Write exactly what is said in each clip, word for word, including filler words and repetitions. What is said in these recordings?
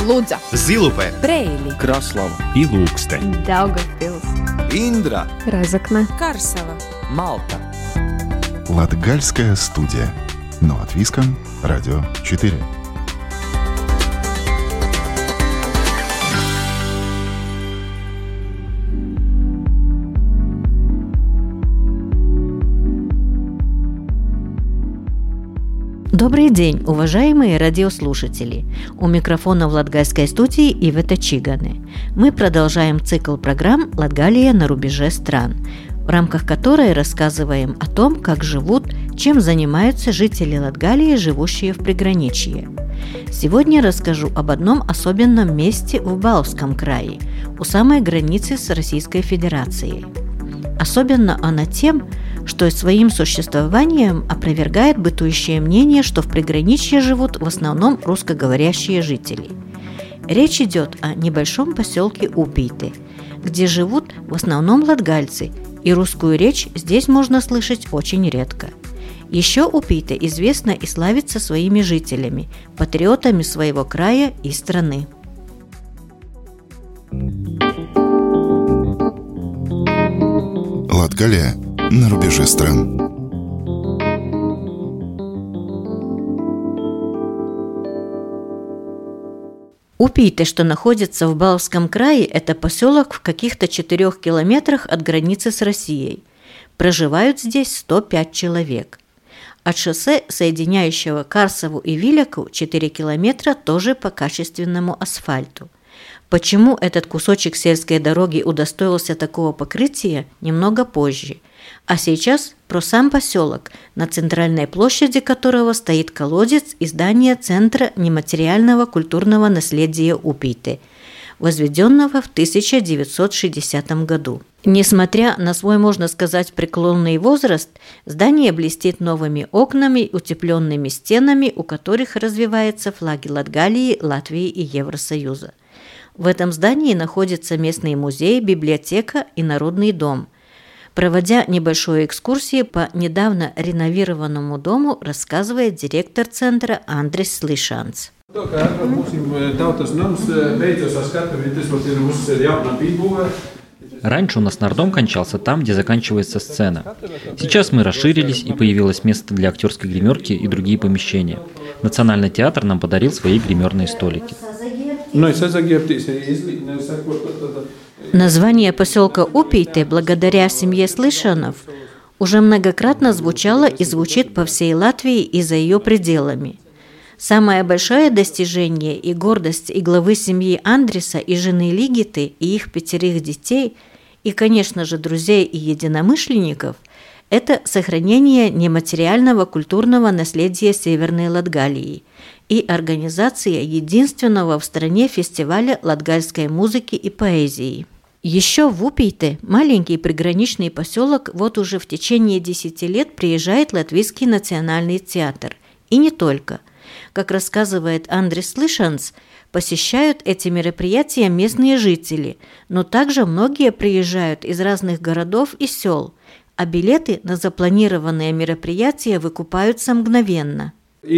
Лудза, Зилупе, Бреили, Краслава и Лукстē, Daugavpils, Индра, Разокне, Карсела, Малта. Латгальская студия. Но от Виском, Радио четыре. Добрый день, уважаемые радиослушатели! У микрофона в Латгальской студии Ивета Чигане. Мы продолжаем цикл программ «Латгалия на рубеже стран», в рамках которой рассказываем о том, как живут, чем занимаются жители Латгалии, живущие в приграничье. Сегодня расскажу об одном особенном месте в Баловском крае, у самой границы с Российской Федерацией. Особенно она тем, что своим существованием опровергает бытующее мнение, что в приграничье живут в основном русскоговорящие жители. Речь идет о небольшом поселке Упийте, где живут в основном латгальцы, и русскую речь здесь можно слышать очень редко. Еще Упийте известна и славится своими жителями, патриотами своего края и страны. Латгалия на рубеже стран. Упийте, что находится в Баловском крае, это поселок в каких-то четырех километрах от границы с Россией. Проживают здесь сто пять человек. От шоссе, соединяющего Карсову и Виляку, четыре километра тоже по качественному асфальту. Почему этот кусочек сельской дороги удостоился такого покрытия, немного позже. А сейчас про сам поселок, на центральной площади которого стоит колодец и здание Центра нематериального культурного наследия Упийте, возведенного в тысяча девятьсот шестидесятом году. Несмотря на свой, можно сказать, преклонный возраст, здание блестит новыми окнами, утепленными стенами, у которых развиваются флаги Латгалии, Латвии и Евросоюза. В этом здании находится местный музей, библиотека и народный дом. Проводя небольшую экскурсию по недавно реновированному дому, рассказывает директор центра Андрис Слишанс. Раньше у нас нардом кончался там, где заканчивается сцена. Сейчас мы расширились, и появилось место для актерской гримерки и другие помещения. Национальный театр нам подарил свои гримерные столики. Название поселка Упийте, благодаря семье Слишанов, уже многократно звучало и звучит по всей Латвии и за ее пределами. Самое большое достижение и гордость и главы семьи Андриса, и жены Лигиты, и их пятерых детей, и, конечно же, друзей и единомышленников – это сохранение нематериального культурного наследия Северной Латгалии и организация единственного в стране фестиваля латгальской музыки и поэзии. Еще в Упийте, маленький приграничный поселок, вот уже в течение десяти лет приезжает Латвийский национальный театр. И не только. Как рассказывает Андрис Слишанс, посещают эти мероприятия местные жители, но также многие приезжают из разных городов и сел, а билеты на запланированные мероприятия выкупаются мгновенно. Мы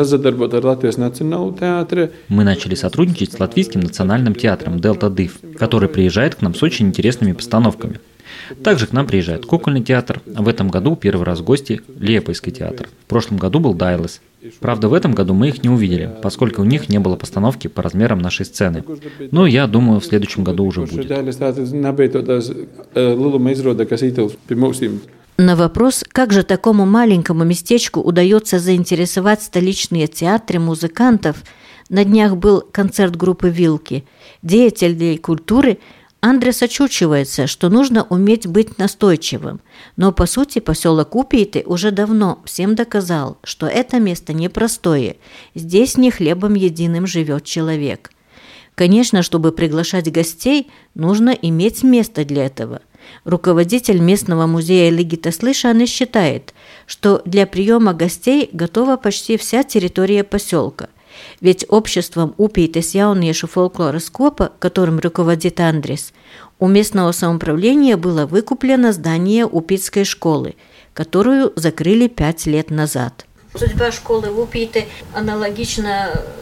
начали сотрудничать с Латвийским национальным театром «Делта Див», который приезжает к нам с очень интересными постановками. Также к нам приезжает кукольный театр, а в этом году первый раз в гости Лиепойский театр. В прошлом году был Дайлес. Правда, в этом году мы их не увидели, поскольку у них не было постановки по размерам нашей сцены. Но я думаю, в следующем году уже будет. На вопрос, как же такому маленькому местечку удается заинтересовать столичные театры музыкантов, на днях был концерт группы «Вилки», деятелей культуры, Андрес очучивается, что нужно уметь быть настойчивым. Но, по сути, поселок Упийте уже давно всем доказал, что это место непростое, здесь не хлебом единым живет человек. Конечно, чтобы приглашать гостей, нужно иметь место для этого. Руководитель местного музея Лигита Слишане считает, что для приема гостей готова почти вся территория поселка. Ведь обществом Упītes jauniešu фольклора скопа, которым руководит Андрис, у местного самоуправления было выкуплено здание Упитской школы, которую закрыли пять лет назад. Судьба школы в Упīte аналогична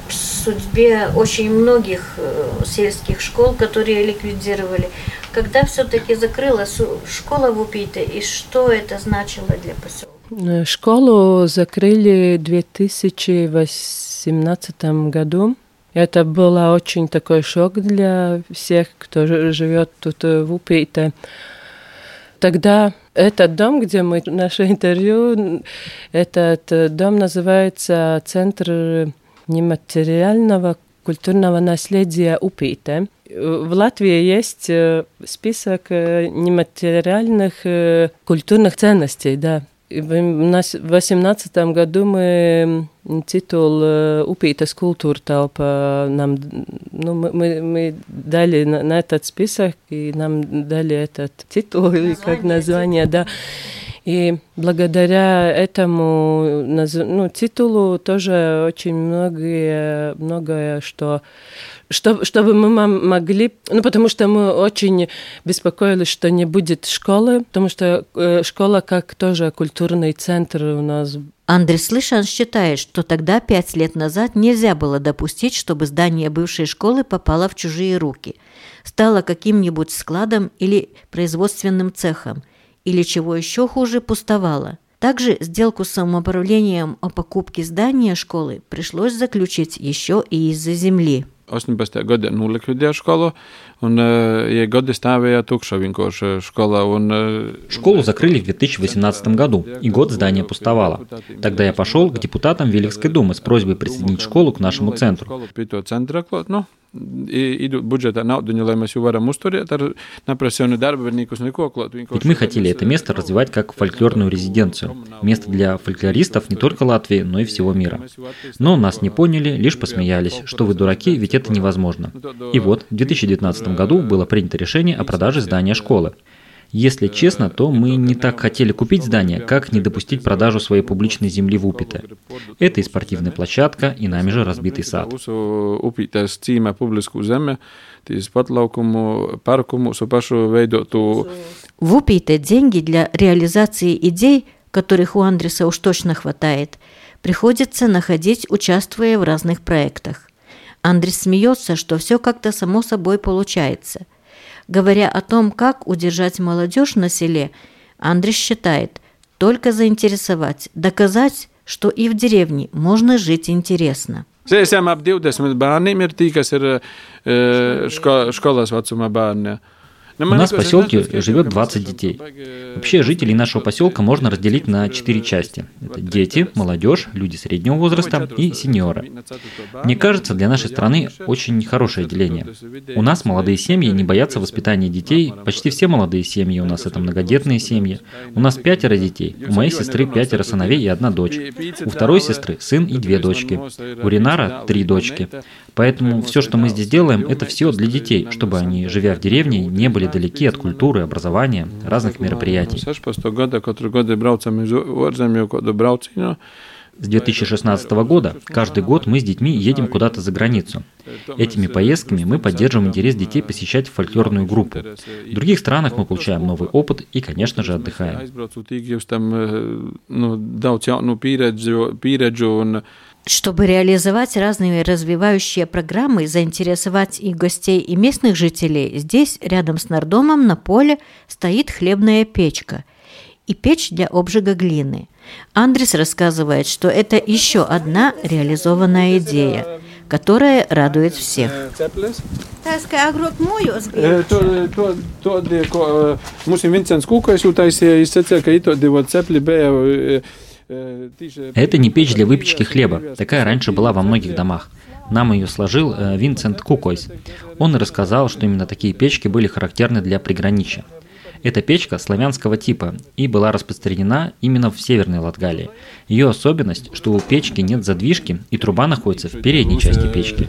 судьбе очень многих сельских школ, которые ликвидировали. Когда все-таки закрылась школа в Упите, и что это значило для поселка? Школу закрыли в две тысячи восемнадцатом году. Это был очень такой шок для всех, кто живет тут в Упите. Тогда этот дом, где мы наше интервью, этот дом называется Центр нематериального культурного наследия Упите. В Латвии есть список нематериальных культурных ценностей, да. В две тысячи восемнадцатом году мы титул «Упитес культуртелпа» нам, ну, мы, мы дали на, на этот список, и нам дали этот титул, название, или как название, да. И благодаря этому ну, титулу тоже очень многое, многое, что... Что, чтобы мы могли... Ну, потому что мы очень беспокоились, что не будет школы, потому что э, школа как тоже культурный центр у нас. Андрис Слышан считает, что тогда, пять лет назад, нельзя было допустить, чтобы здание бывшей школы попало в чужие руки, стало каким-нибудь складом или производственным цехом, или, чего еще хуже, пустовало. Также сделку с самоуправлением о покупке здания школы пришлось заключить еще и из-за земли. astoņpadsmitajā gadā nolikvidēja skolu, un ей годы stāvēja tukša vienkārši škola. Un... Школу закрыли в две тысячи восемнадцатом году, и год здание пустовало. Тогда я пошел к депутатам Виленской думы с просьбой присоединить школу к нашему центру. Ведь мы хотели это место развивать как фольклорную резиденцию, место для фольклористов не только Латвии, но и всего мира. Но нас не поняли, лишь посмеялись, что вы дураки, ведь это невозможно. И вот в две тысячи девятнадцатом году было принято решение о продаже здания школы. Если честно, то мы не так хотели купить здание, как не допустить продажу своей публичной земли в Упите. Это и спортивная площадка, и нами же разбитый сад. В Упите деньги для реализации идей, которых у Андриса уж точно хватает, приходится находить, участвуя в разных проектах. Андрис смеется, что все как-то само собой получается. Говоря о том, как удержать молодежь на селе, Андрис считает, только заинтересовать, доказать, что и в деревне можно жить интересно. У нас в поселке живет двадцать детей. Вообще жителей нашего поселка можно разделить на четыре части. Это дети, молодежь, люди среднего возраста и сеньоры. Мне кажется, для нашей страны очень хорошее деление. У нас молодые семьи не боятся воспитания детей. Почти все молодые семьи у нас это многодетные семьи. У нас пятеро детей. У моей сестры пятеро сыновей и одна дочь. У второй сестры сын и две дочки. У Ринара три дочки. Поэтому все, что мы здесь делаем, это все для детей, чтобы они, живя в деревне, не были далеки от культуры, образования, разных мероприятий. С две тысячи шестнадцатого года каждый год мы с детьми едем куда-то за границу. Этими поездками мы поддерживаем интерес детей посещать фольклорную группу. В других странах мы получаем новый опыт и, конечно же, отдыхаем. Чтобы реализовать разные развивающие программы, заинтересовать и гостей, и местных жителей, здесь, рядом с нардомом, на поле стоит хлебная печка и печь для обжига глины. Андрис рассказывает, что это еще одна реализованная идея, которая радует всех. Это не печь для выпечки хлеба. Такая раньше была во многих домах. Нам ее сложил Винсент Кукойс. Он рассказал, что именно такие печки были характерны для приграничья. Эта печка славянского типа и была распространена именно в Северной Латгалии. Ее особенность, что у печки нет задвижки и труба находится в передней части печки.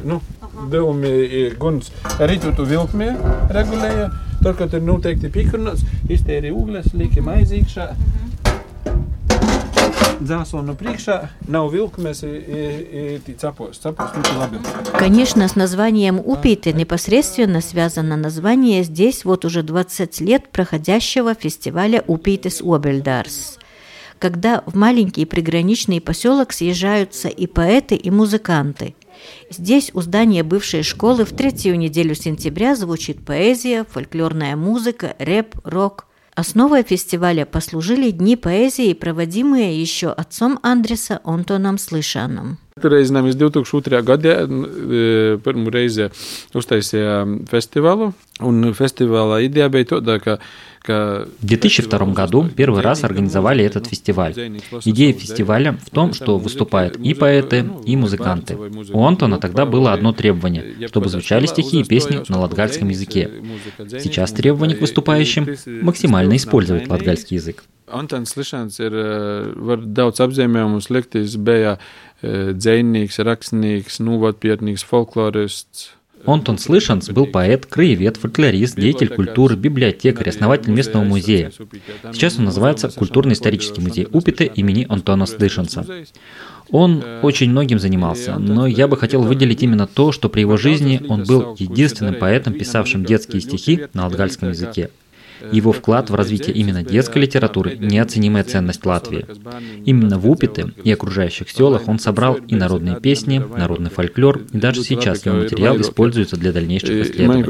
Конечно, с названием Упите непосредственно связано название здесь вот уже двадцать лет проходящего фестиваля Упитес Обельдарс, когда в маленький приграничный поселок съезжаются и поэты, и музыканты. Здесь, у здания бывшей школы, в третью неделю сентября звучит поэзия, фольклорная музыка, рэп, рок. Основой фестиваля послужили дни поэзии, проводимые еще отцом Andrisa Ontonam Slišanam. Reiz mēs divi tūkstoši otrajā gadā pirmo reizi uztaisījām festivālu, un festivāla ideja bija tāda, ka В две тысячи втором году первый раз организовали этот фестиваль. Идея фестиваля в том, что выступают и поэты, и музыканты. У Антона тогда было одно требование, чтобы звучали стихи и песни на латгальском языке. Сейчас требование к выступающим – максимально использовать латгальский язык. Antons Slišans ir var daudz apzīmējumus likt, viņš bija dzejnieks, rakstnieks, novadpietnieks, folklorists. Онтон Слышанс был поэт, краевед, фольклорист, деятель культуры, библиотекарь, основатель местного музея. Сейчас он называется Культурно-исторический музей Упиты имени Онтона Слышанса. Он очень многим занимался, но я бы хотел выделить именно то, что при его жизни он был единственным поэтом, писавшим детские стихи на латгальском языке. Его вклад в развитие именно детской литературы – неоценимая ценность Латвии. Именно в Упите и окружающих селах он собрал и народные песни, народный фольклор, и даже сейчас его материал используется для дальнейших исследований.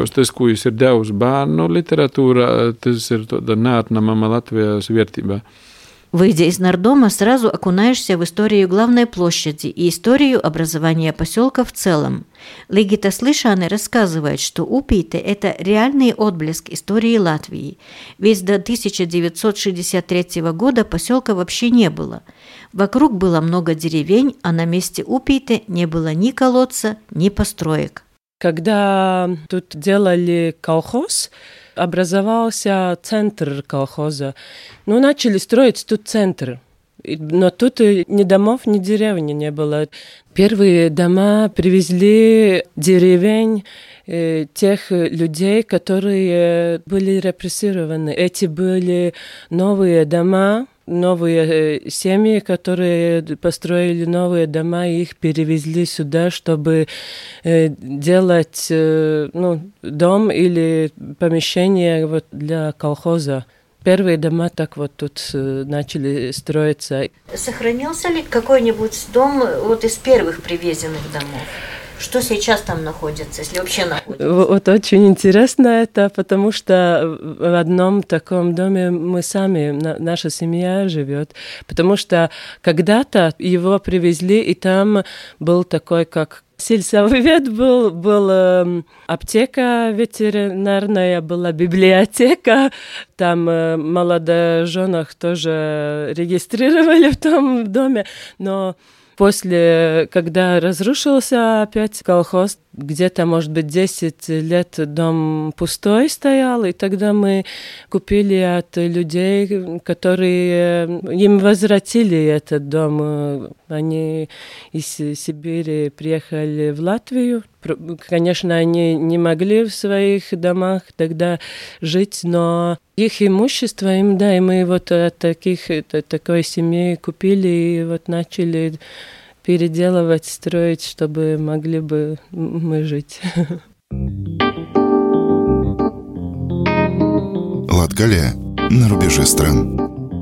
Выйдя из нардома, сразу окунаешься в историю главной площади и историю образования поселка в целом. Лигита Слишане рассказывает, что Упите – это реальный отблеск истории Латвии, ведь до тысяча девятьсот шестьдесят третьего года поселка вообще не было. Вокруг было много деревень, а на месте Упите не было ни колодца, ни построек. Когда тут делали колхоз, образовался центр колхоза. Ну, начали строить тут центр. Но тут ни домов, ни деревни не было. Первые дома привезли деревень э, тех людей, которые были репрессированы. Эти были новые дома, новые семьи, которые построили новые дома, и их перевезли сюда, чтобы э, делать э, ну, дом или помещение вот, для колхоза. Первые дома так вот тут э, начали строиться. Сохранился ли какой-нибудь дом вот из первых привезенных домов? Что сейчас там находится, если вообще находится? Вот очень интересно это, потому что в одном таком доме мы сами, наша семья живет, потому что когда-то его привезли, и там был такой, как сельсовет был, была аптека ветеринарная, была библиотека, там молодоженах тоже регистрировали в том доме, но после, когда разрушился опять колхоз, где-то, может быть, десять лет дом пустой стоял, и тогда мы купили от людей, которые им возвратили этот дом. Они из Сибири приехали в Латвию. Конечно, они не могли в своих домах тогда жить, но их имущество им, да, и мы вот от таких, от такой семьи купили и вот начали переделывать, строить, чтобы могли бы мы жить. Латгалия на рубеже стран.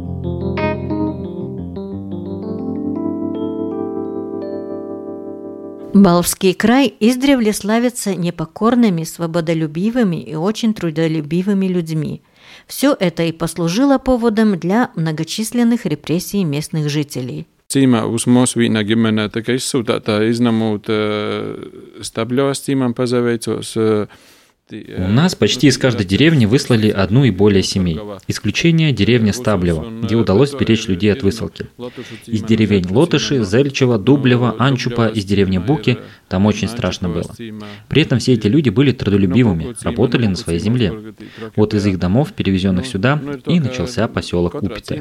Балвский край издревле славится непокорными, свободолюбивыми и очень трудолюбивыми людьми. Все это и послужило поводом для многочисленных репрессий местных жителей. Cīmā uz mūsu vīna ģimenē tā kā izsūtātā iznamūt stabļos cīmām pazaveicos. У нас почти из каждой деревни выслали одну и более семей. Исключение – деревня Стаблево, где удалось беречь людей от высылки. Из деревень Лотыши, Зельчева, Дублева, Анчупа, из деревни Буки там очень страшно было. При этом все эти люди были трудолюбивыми, работали на своей земле. Вот из их домов, перевезенных сюда, и начался поселок Упите.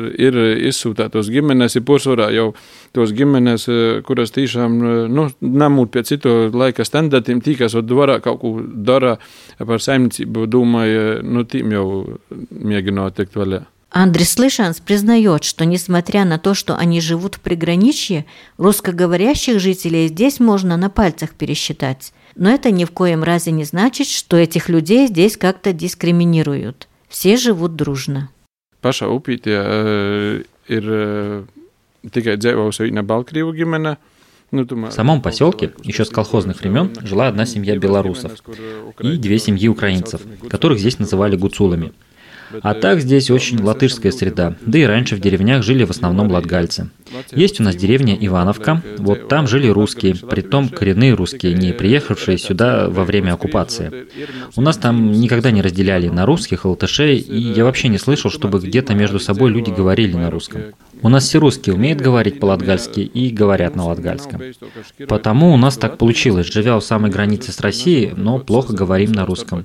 Tos ģimenes, kuras tiešām nu, namūt pēc citu laika standartiem, tīkās od dvarā kaut ko dara par saimniecību, думаю, ну, тим jau mēģinot tikt vaļā. Андрис Слышанс признает, что несмотря на то, что они живут в приграничье, русскоговорящих жителей здесь можно на пальцах пересчитать. Но это ни в коем разе не значит, что этих людей здесь как-то дискриминируют. Все живут дружно. Pašā Upītē ir tikai dzīvojusi viena baltkrievu ģimene, В самом поселке еще с колхозных времен жила одна семья белорусов и две семьи украинцев, которых здесь называли гуцулами. А так здесь очень латышская среда, да и раньше в деревнях жили в основном латгальцы. Есть у нас деревня Ивановка, вот там жили русские, притом коренные русские, не приехавшие сюда во время оккупации. У нас там никогда не разделяли на русских и латышей, и я вообще не слышал, чтобы где-то между собой люди говорили на русском. У нас все русские умеют говорить по-латгальски и говорят на латгальском. Потому у нас так получилось, живя у самой границы с Россией, но плохо говорим на русском.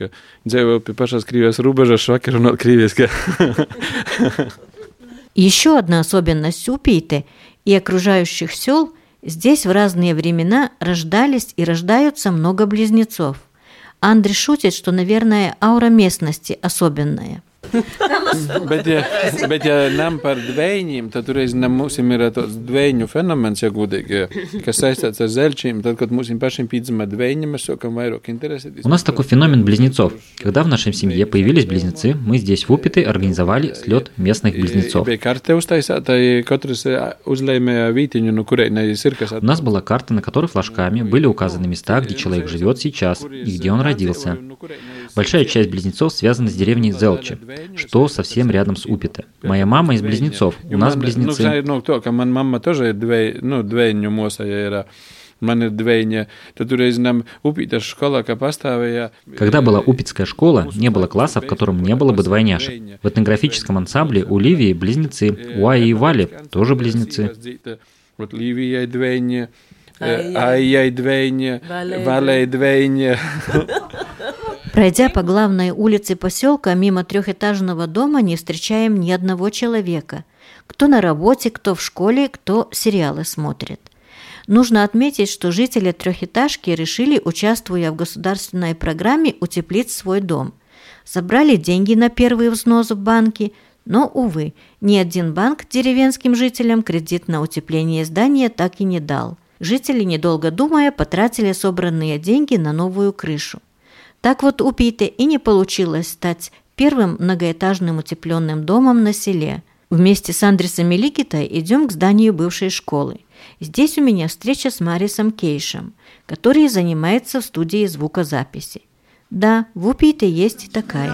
Еще одна особенность Упийты и окружающих сел – здесь в разные времена рождались и рождаются много близнецов. Андрей шутит, что, наверное, аура местности особенная. bet, ja, bet, ja nam par dvejņiem, tad reiz mums ir tāds dvejņu fenomens, ja gudīgi, kas saistīts ar zelčiem. Tad, kad mums pašiem piedzima dvejņi, mēs sākam vairāk интересēties. У нас такой феномен близнецов. Когда в нашей семье появились близнецы, мы здесь в Упите организовали слет местных близнецов. У нас была карта, на которой флажками были указаны места, где человек живет сейчас и где он родился. Большая часть близнецов связана с деревней Зелчи, что совсем рядом с Упите. Моя мама из близнецов, у нас близнецы. Мама тоже двойню моса era. Когда была Упитская школа, не было класса, в котором не было бы двойняшек. В этнографическом ансамбле у Ливии близнецы, у Аи и Вали тоже близнецы. Ай-яй двойня, Валей двойня. Пройдя по главной улице поселка, мимо трехэтажного дома не встречаем ни одного человека. Кто на работе, кто в школе, кто сериалы смотрит. Нужно отметить, что жители трехэтажки решили, участвуя в государственной программе, утеплить свой дом. Собрали деньги на первый взнос в банке, но, увы, ни один банк деревенским жителям кредит на утепление здания так и не дал. Жители, недолго думая, потратили собранные деньги на новую крышу. Так вот Упите и не получилось стать первым многоэтажным утепленным домом на селе. Вместе с Андресом и Ликитой идем к зданию бывшей школы. Здесь у меня встреча с Марисом Кейшем, который занимается в студии звукозаписи. Да, в Упите есть и такая.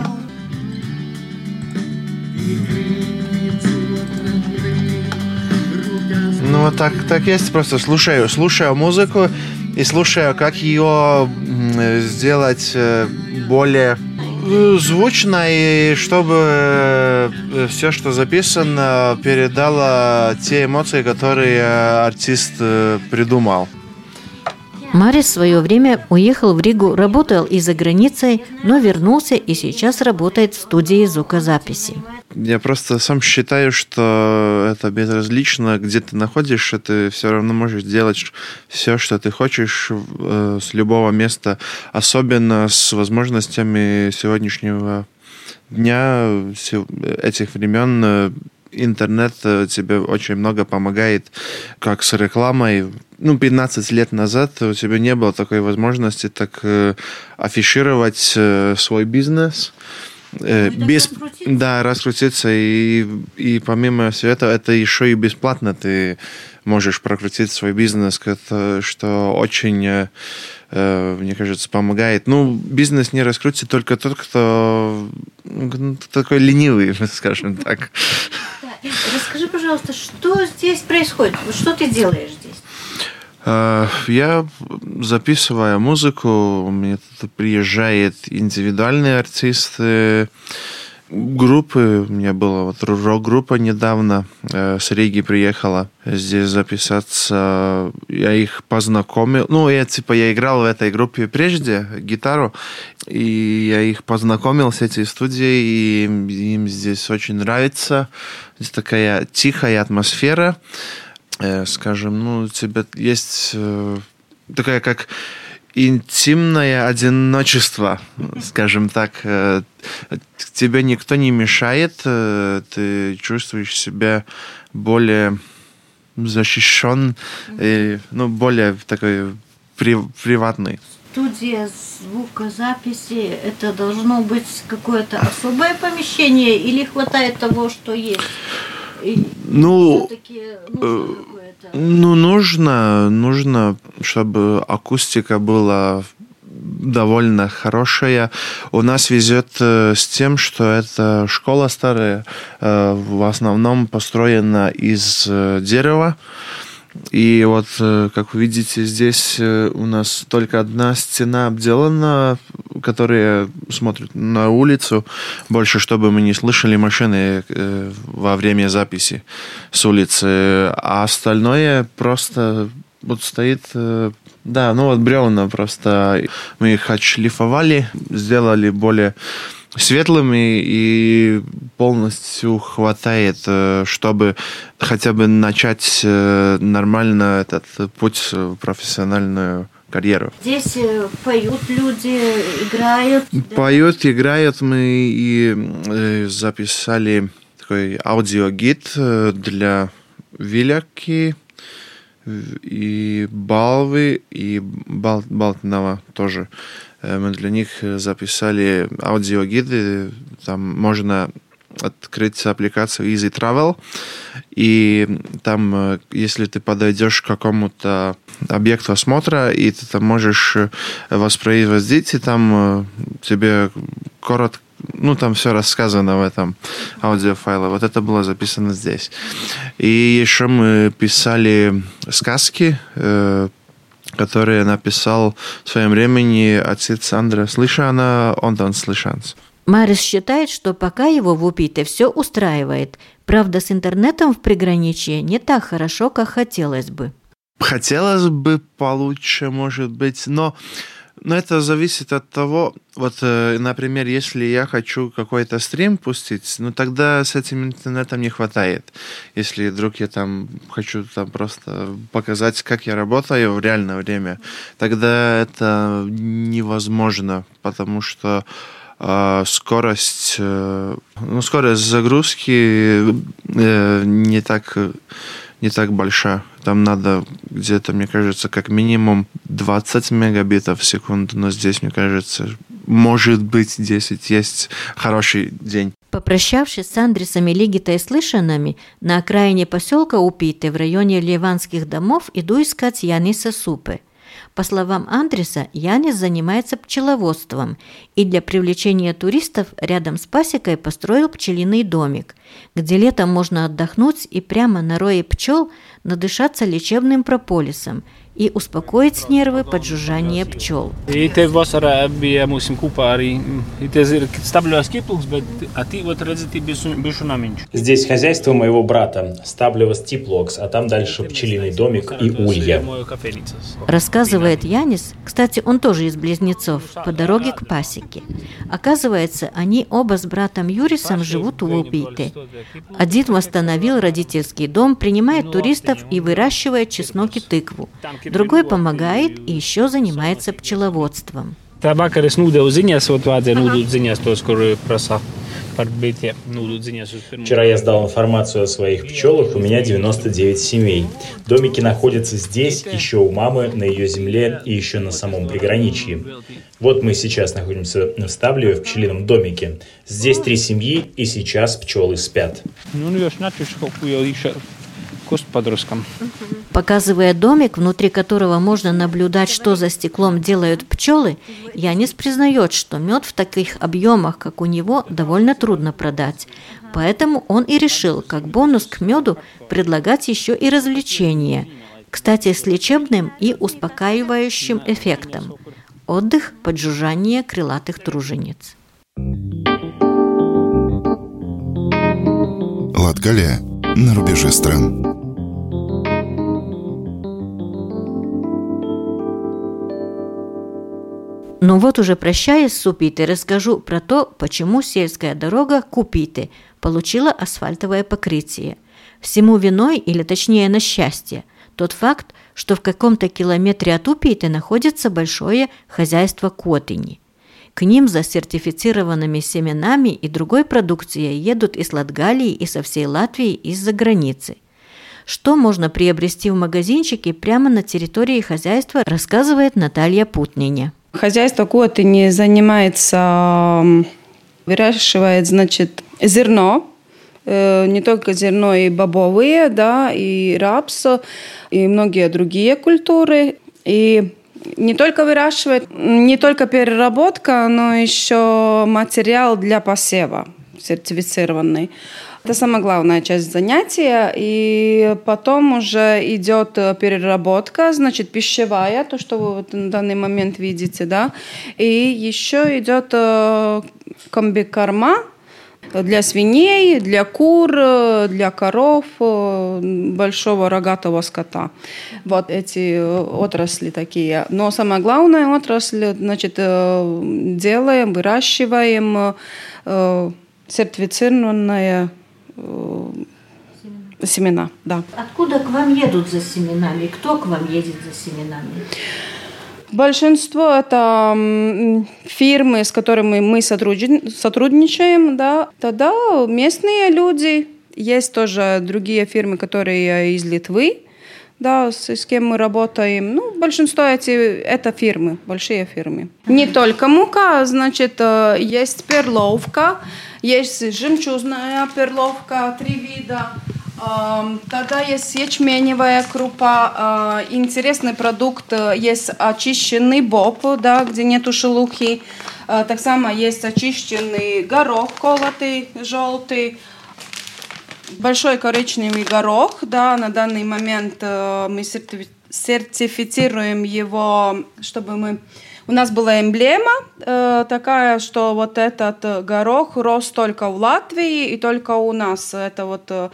Ну вот так, так есть, просто слушаю, слушаю музыку и слушаю, как ее сделать более звучно, и чтобы все, что записано, передало те эмоции, которые артист придумал. Марис в свое время уехал в Ригу, работал и за границей, но вернулся и сейчас работает в студии звукозаписи. Я просто сам считаю, что это безразлично, где ты находишься, ты все равно можешь делать все, что ты хочешь э, с любого места, особенно с возможностями сегодняшнего дня, этих времен. Интернет тебе очень много помогает, как с рекламой. Ну, пятнадцать лет назад у тебя не было такой возможности так э, афишировать э, свой бизнес. Э, без, раскрутиться. Да, раскрутиться. И, и помимо всего этого, это еще и бесплатно ты можешь прокрутить свой бизнес, что очень, э, мне кажется, помогает. Ну, бизнес не раскрутится только тот, кто ну, такой ленивый, скажем так. Расскажи, пожалуйста, что здесь происходит? Что ты делаешь здесь? Я записываю музыку, у меня тут приезжают индивидуальные артисты, группы, у меня была вот рок-группа недавно с Риги приехала здесь записаться, я их познакомил, ну, я типа, я играл в этой группе прежде, гитару, и я их познакомил с этой студией, и им здесь очень нравится, здесь такая тихая атмосфера, скажем, ну, у тебя есть такая как интимное одиночество, скажем так. Тебе никто не мешает, ты чувствуешь себя более защищен, и, ну, более такой при, приватный. Студия звукозаписи – это должно быть какое-то особое помещение или хватает того, что есть? И ну, все-таки нужно какое-то Ну, нужно, нужно, чтобы акустика была довольно хорошая. У нас везет с тем, что эта школа старая, в основном построена из дерева. И вот, как вы видите, здесь у нас только одна стена обделана, которая смотрит на улицу, больше, чтобы мы не слышали машины во время записи с улицы. А остальное просто вот стоит, да, ну вот бревна просто. Мы их отшлифовали, сделали более светлыми и полностью хватает, чтобы хотя бы начать нормально этот путь в профессиональную карьеру. Здесь поют люди, играют. Поют, играют. Мы и записали такой аудиогид для Виляки и Балвы и Бал- Балтнова тоже. Мы для них записали аудиогиды. Там можно открыть аппликацию Easy Travel. И там, если ты подойдешь к какому-то объекту осмотра, и ты там можешь воспроизводить, и там тебе коротко, ну, там все рассказано в этом аудиофайле. Вот это было записано здесь. И еще мы писали сказки, которые написал в своем времени отец Андрея Слышана, Онтон Слышанс. Марис считает, что пока его в Упите все устраивает. Правда, с интернетом в приграничье не так хорошо, как хотелось бы. Хотелось бы получше, может быть, но, но это зависит от того, вот, например, если я хочу какой-то стрим пустить, ну тогда с этим интернетом не хватает. Если вдруг я там хочу там просто показать, как я работаю в реальное время, тогда это невозможно, потому что скорость, ну, скорость загрузки не так, не так большая. Там надо где-то, мне кажется, как минимум двадцать мегабитов в секунду, но здесь, мне кажется, может быть десять. Есть хороший день. Попрощавшись с Андресом и Лигитой Слышанами, на окраине поселка Упите в районе Ливанских домов иду искать Яниса Супе. По словам Андреса, Янис занимается пчеловодством и для привлечения туристов рядом с пасекой построил пчелиный домик, где летом можно отдохнуть и прямо на рое пчел надышаться лечебным прополисом и успокоить нервы под жужжание пчел. Здесь хозяйство моего брата, Стаблевас Типлокс, а там дальше пчелиный домик и улья. Рассказывает Янис, кстати, он тоже из Близнецов, по дороге к пасеке. Оказывается, они оба с братом Юрисом живут в Упите. Один восстановил родительский дом, принимает туристов и выращивает чеснок и тыкву. Другой помогает и еще занимается пчеловодством. Вчера я сдал информацию о своих пчелах, у меня девяносто девять семей. Домики находятся здесь, еще у мамы, на ее земле и еще на самом приграничье. Вот мы сейчас находимся в Стаблеве, в пчелином домике. Здесь три семьи, и сейчас пчелы спят. Показывая домик, внутри которого можно наблюдать, что за стеклом делают пчелы, Янис признает, что мед в таких объемах, как у него, довольно трудно продать. Поэтому он и решил, как бонус к меду, предлагать еще и развлечения. Кстати, с лечебным и успокаивающим эффектом. Отдых под жужжание крылатых тружениц. Латгалия на рубеже стран. Ну вот уже прощаясь с Упите, расскажу про то, почему сельская дорога к Упите получила асфальтовое покрытие. Всему виной, или точнее на счастье, тот факт, что в каком-то километре от Упите находится большое хозяйство Котыни. К ним за сертифицированными семенами и другой продукцией едут из Латгалии и со всей Латвии из-за границы. Что можно приобрести в магазинчике прямо на территории хозяйства, рассказывает Наталья Путнине. Хозяйство Котыни занимается, выращивает, значит, зерно, не только зерно, и бобовые, да, и рапс, и многие другие культуры. И не только выращивать, не только переработка, но еще материал для посева сертифицированный. Это самая главная часть занятия. И потом уже идет переработка, значит, пищевая, то, что вы вот на данный момент видите, да. И еще идет комбикорма для свиней, для кур, для коров, большого рогатого скота. Вот эти отрасли такие. Но самая главная отрасль, значит, делаем, выращиваем сертифицированные семена. семена, да. Откуда к вам едут за семенами? Кто к вам едет за семенами? Большинство это фирмы, с которыми мы сотрудничаем, да. Тогда местные люди, есть тоже другие фирмы, которые из Литвы, да, с кем мы работаем. Ну, большинство эти это фирмы, большие фирмы. Не только мука, значит, есть перловка, есть жемчужная перловка, три вида. Тогда есть ячменевая крупа, интересный продукт, есть очищенный боб, да, где нету шелухи. Так само есть очищенный горох колотый, желтый, большой коричневый горох, да, на данный момент мы сертифицируем его, чтобы мы... У нас была эмблема э, такая, что вот этот горох рос только в Латвии и только у нас. Это вот э,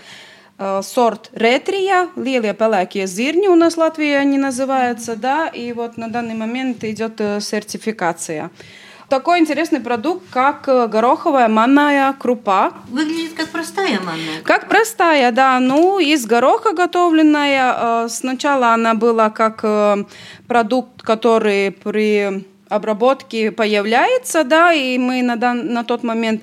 сорт ретрия, лилия пелакия зирни у нас в Латвии они называются, да, и вот на данный момент идет сертификация. Такой интересный продукт, как гороховая манная крупа. Выглядит как простая манная крупа. Как простая, да. Ну, из гороха готовленная. Сначала она была как продукт, который при обработке появляется, да, и мы на, дан, на тот момент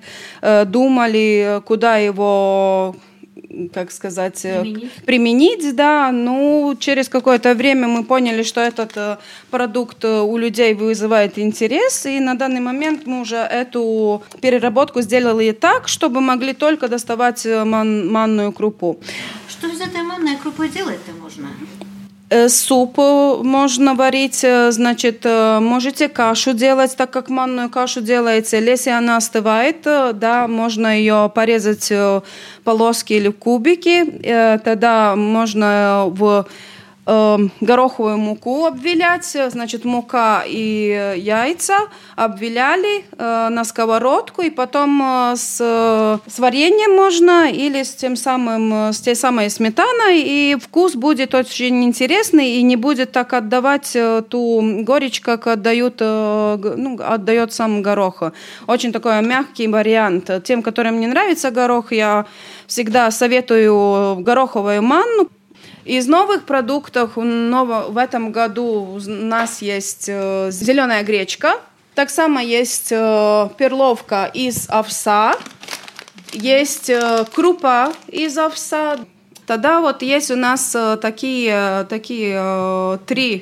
думали, куда его... как сказать, применить. применить, да, ну, через какое-то время мы поняли, что этот продукт у людей вызывает интерес, и на данный момент мы уже эту переработку сделали так, чтобы могли только доставать ман- манную крупу. Что из этой манной крупы делать-то можно? Суп можно варить, значит, можете кашу делать, так как манную кашу делаете. Если она остывает, да, можно ее порезать в полоски или в кубики. Тогда можно в гороховую муку обвилять, значит, мука и яйца обвиляли э, на сковородку, и потом э, с, с вареньем можно или с тем самым, с той самой сметаной, и вкус будет очень интересный и не будет так отдавать э, ту горечь, как отдают, э, ну, отдает сам горох. Очень такой мягкий вариант. Тем, которым не нравится горох, я всегда советую гороховую манну. Из новых продуктов в этом году у нас есть зеленая гречка. Так само есть перловка из овса, есть крупа из овса. Тогда вот есть у нас такие, такие три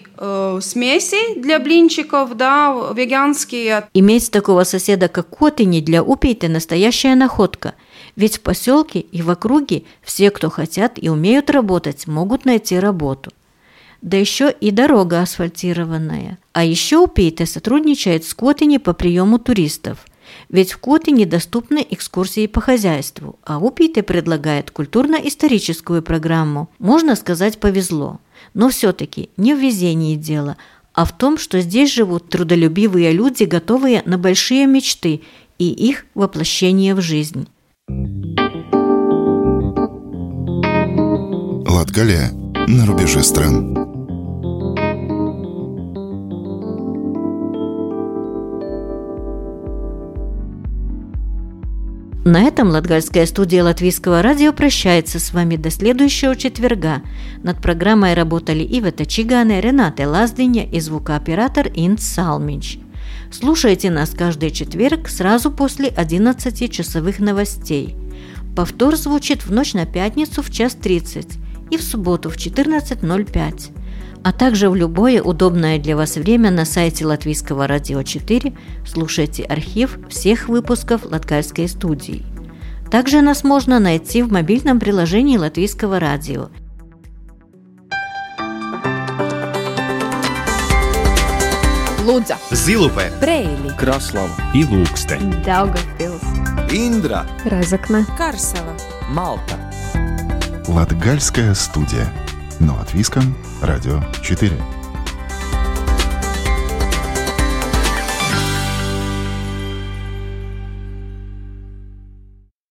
смеси для блинчиков, да, веганские. Иметь такого соседа, как Котыни, для Упейты настоящая находка. Ведь в поселке и в округе все, кто хотят и умеют работать, могут найти работу. Да еще и дорога асфальтированная. А еще Упейта сотрудничает с Котыни по приему туристов. Ведь в Котыни доступны экскурсии по хозяйству, а Упейта предлагает культурно-историческую программу. Можно сказать, повезло. Но все-таки не в везении дело, а в том, что здесь живут трудолюбивые люди, готовые на большие мечты и их воплощение в жизнь. Латгалия на рубеже стран. На этом Латгальская студия Латвийского радио прощается с вами до следующего четверга. Над программой работали Ивета Чигане, Рената Лаздиня и звукооператор Инц Салмич. Слушайте нас каждый четверг сразу после одиннадцати часовых новостей. Повтор звучит в ночь на пятницу в час тридцать и в субботу в четырнадцать ноль пять, а также в любое удобное для вас время на сайте Латвийского радио четыре слушайте архив всех выпусков Латгальской студии. Также нас можно найти в мобильном приложении Латвийского радио. Лудза, Зилупе, Брейли, Краслава и Ilūkste, Daugavpils, Индра, Разокна, Карсела, Малта. Латгальская студия. На Латвийском радио четыре.